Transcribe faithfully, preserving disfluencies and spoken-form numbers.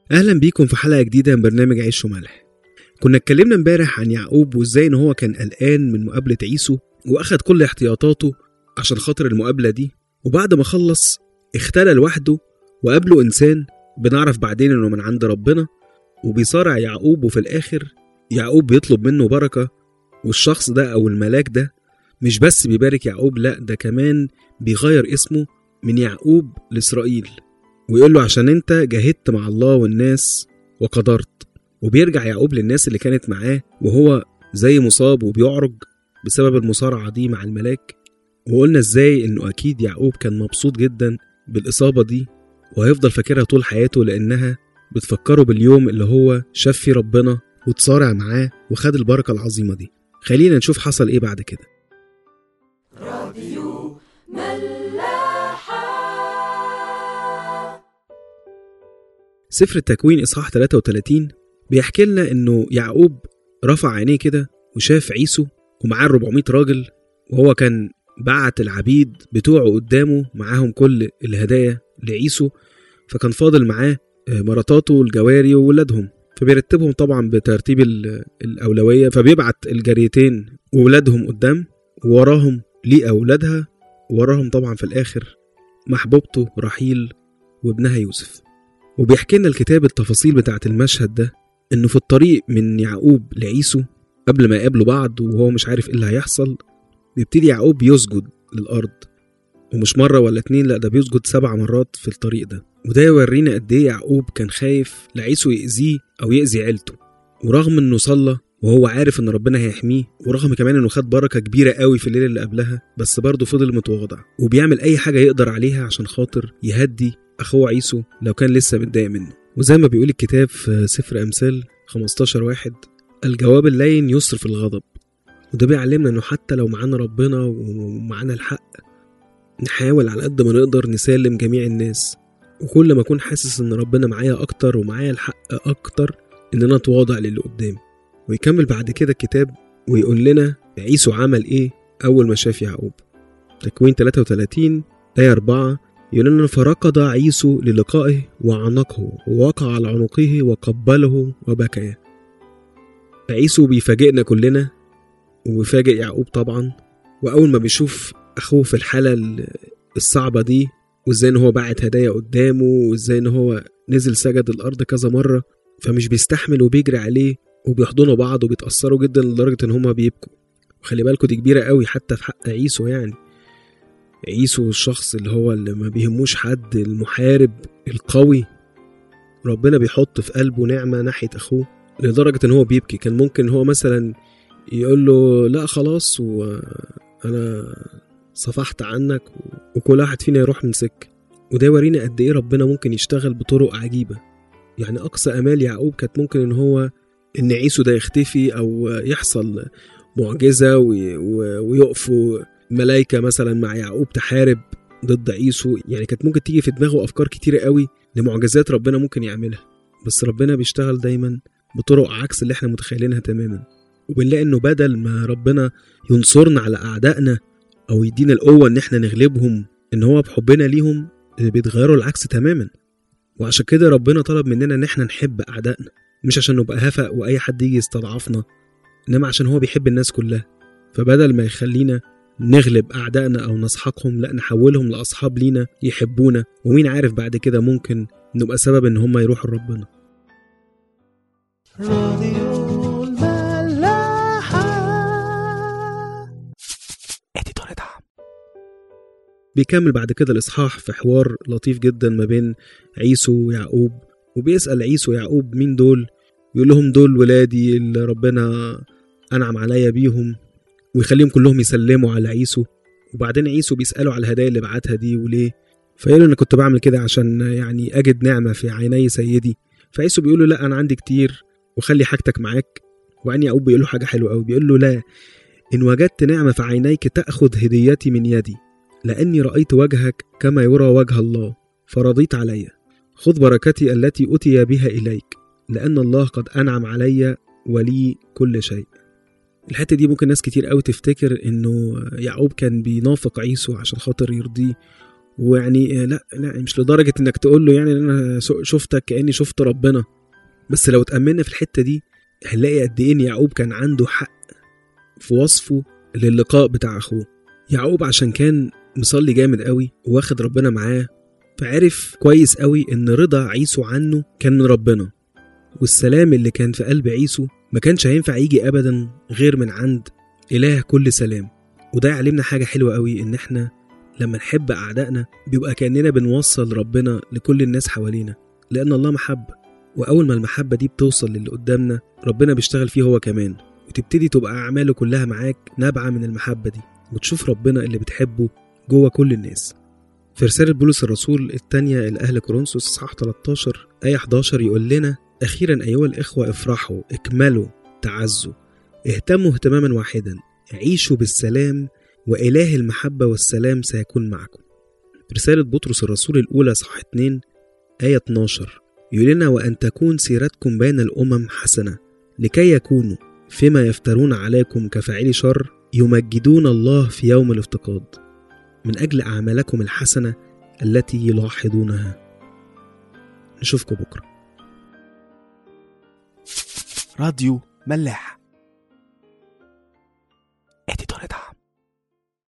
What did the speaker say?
اهلا بيكم في حلقه جديده من برنامج عيش وملح. كنا اتكلمنا امبارح عن يعقوب وازاي ان هو كان قلقان من مقابله عيسو واخد كل احتياطاته عشان خاطر المقابله دي، وبعد ما خلص اختلى لوحده وقابله انسان بنعرف بعدين انه من عند ربنا، وبيصارع يعقوب وفي الاخر يعقوب بيطلب منه بركه، والشخص ده او الملاك ده مش بس بيبارك يعقوب، لا ده كمان بيغير اسمه من يعقوب لإسرائيل، ويقول له عشان انت جاهدت مع الله والناس وقدرت. وبيرجع يعقوب للناس اللي كانت معاه وهو زي مصاب وبيعرج بسبب المصارعة دي مع الملاك. وقلنا ازاي انه اكيد يعقوب كان مبسوط جدا بالإصابة دي وهيفضل فاكرها طول حياته، لانها بتفكره باليوم اللي هو شاف فيه ربنا وتصارع معاه وخد البركة العظيمة دي. خلينا نشوف حصل ايه بعد كده. راديو ملاحة. سفر التكوين إصحاح ثلاثة وثلاثين بيحكي لنا إنه يعقوب رفع عينيه كده وشاف عيسو ومعاه أربعمائة راجل، وهو كان بعت العبيد بتوعه قدامه معاهم كل الهدايا لعيسو، فكان فاضل معاه مراتاته الجواري وولادهم، فبيرتبهم طبعا بترتيب الأولوية، فبيبعت الجاريتين وولادهم قدام ووراهم ليه أولادها، ووراهم طبعا في الآخر محبوبته رحيل وابنها يوسف. وبيحكي لنا الكتاب التفاصيل بتاعت المشهد ده، انه في الطريق من يعقوب لعيسو قبل ما يقابلوا بعض وهو مش عارف ايه اللي هيحصل، بيبتدي يعقوب يسجد للأرض، ومش مرة ولا اتنين، لا ده بيسجد سبع مرات في الطريق ده. وده يورينا قد ايه يعقوب كان خايف لعيسو يأذيه او يأذي عيلته، ورغم انه صلى وهو عارف ان ربنا هيحميه، ورغم كمان انه خد بركة كبيرة قوي في الليلة اللي قبلها، بس برضه فضل متواضع وبيعمل اي حاجة يقدر عليها عشان خاطر يهدي اخوه عيسو لو كان لسه متضايق منه. وزي ما بيقول الكتاب في سفر امثال خمستاشر واحد، الجواب اللين يصرف الغضب. وده بيعلمنا انه حتى لو معانا ربنا ومعانا الحق، نحاول على قد ما نقدر نسالم جميع الناس، وكل ما اكون حاسس ان ربنا معايا اكتر ومعايا الحق اكتر ان انا اتواضع للي قدامي. ويكمل بعد كده الكتاب ويقول لنا عيسو عمل ايه اول ما شاف يعقوب. تكوين ثلاثة وثلاثين آية أربعة يقول لنا فركض عيسو للقائه وعنقه ووقع على عنقه وقبله وبكى. عيسو بيفاجئنا كلنا وبيفاجئ يعقوب طبعا، واول ما بيشوف اخوه في الحالة الصعبة دي، وازاي ان هو باعت هدايا قدامه، وازاي ان هو نزل سجد الارض كذا مرة، فمش بيستحمل وبيجري عليه وبيحضنوا بعض وبيتأثروا جدا لدرجة ان هما بيبكوا. وخلي بالكوا دي كبيرة قوي حتى في حق عيسو، يعني عيسو الشخص اللي هو اللي ما بيهموش حد، المحارب القوي، ربنا بيحط في قلبه نعمة ناحية اخوه لدرجة ان هو بيبكي. كان ممكن هو مثلا يقول له لا خلاص وانا صفحت عنك وكل واحد فينا يروح من سكة. وده يورينا قد ايه ربنا ممكن يشتغل بطرق عجيبة. يعني اقصى امال يعقوب كانت ممكن ان هو ان عيسو ده يختفي او يحصل معجزة ويقفوا ملايكة مثلا مع يعقوب تحارب ضد عيسو. يعني كانت ممكن تيجي في دماغه افكار كتيرة قوي لمعجزات ربنا ممكن يعملها، بس ربنا بيشتغل دايما بطرق عكس اللي احنا متخيلينها تماما. وبنلاقي انه بدل ما ربنا ينصرنا على اعدائنا او يدينا القوة ان احنا نغلبهم، ان هو بحبنا ليهم بيتغيروا العكس تماما. وعشان كده ربنا طلب مننا ان احنا نحب اعدائنا، مش عشان نبقى هفق واي حد يجي يستضعفنا، انما عشان هو بيحب الناس كلها. فبدل ما يخلينا نغلب اعدائنا او نسحقهم، لا نحولهم لاصحاب لينا يحبونا، ومين عارف بعد كده ممكن نبقى سبب ان هم يروحوا لربنا. راديو الملاحة. اديتور دعم. بيكمل بعد كده الاصحاح في حوار لطيف جدا ما بين عيسو ويعقوب، وبيسأل عيسو يعقوب مين دول، يقول لهم دول ولادي اللي ربنا أنعم عليا بيهم، ويخليهم كلهم يسلموا على عيسو. وبعدين عيسو بيسألوا على الهدايا اللي بعتها دي وليه، فيقولوا أنا كنت بعمل كده عشان يعني أجد نعمة في عيني سيدي. فعيسو بيقول له لا أنا عندي كتير وخلي حاجتك معاك. وبعدين يعقوب بيقول له حاجة حلوة أوي، بيقول له لا، إن وجدت نعمة في عينيك تأخذ هديتي من يدي، لأني رأيت وجهك كما يرى وجه الله فرضيت علي. خذ بركتي التي أتي بها إليك، لأن الله قد أنعم علي ولي كل شيء. الحتة دي ممكن ناس كتير قوي تفتكر إنه يعقوب كان بينافق عيسو عشان خاطر يرضيه، ويعني لا لا مش لدرجة انك تقول له يعني انا شفتك كأني شفت ربنا، بس لو تأملنا في الحتة دي هنلاقي قد ايه يعقوب كان عنده حق في وصفه للقاء بتاع اخوه. يعقوب عشان كان مصلي جامد قوي واخد ربنا معاه، فعرف كويس قوي ان رضا عيسو عنه كان من ربنا، والسلام اللي كان في قلب عيسو ما كانش هينفع يجي ابدا غير من عند اله كل سلام. وده يعلمنا حاجة حلوة قوي، ان احنا لما نحب اعدائنا بيبقى كأننا بنوصل ربنا لكل الناس حوالينا، لان الله محبة، واول ما المحبة دي بتوصل للي قدامنا ربنا بيشتغل فيه هو كمان، وتبتدي تبقى اعماله كلها معاك نابعة من المحبة دي، وتشوف ربنا اللي بتحبه جوه كل الناس. في رسالة بولس الرسول الثانية لأهل كورنثوس إصحاح ثلاثة عشر آية إحدى عشر يقول لنا: أخيرا أيها الإخوة افرحوا، اكملوا، تعزوا، اهتموا اهتماما واحدا، عيشوا بالسلام، وإله المحبة والسلام سيكون معكم. رسالة بطرس الرسول الأولى إصحاح اثنين آية اثنا عشر يقول لنا: وأن تكون سيرتكم بين الأمم حسنة، لكي يكونوا فيما يفترون عليكم كفاعلي شر يمجدون الله في يوم الافتقاد، من أجل أعمالكم الحسنة التي يلاحظونها. نشوفكم بكرة. راديو ملاح.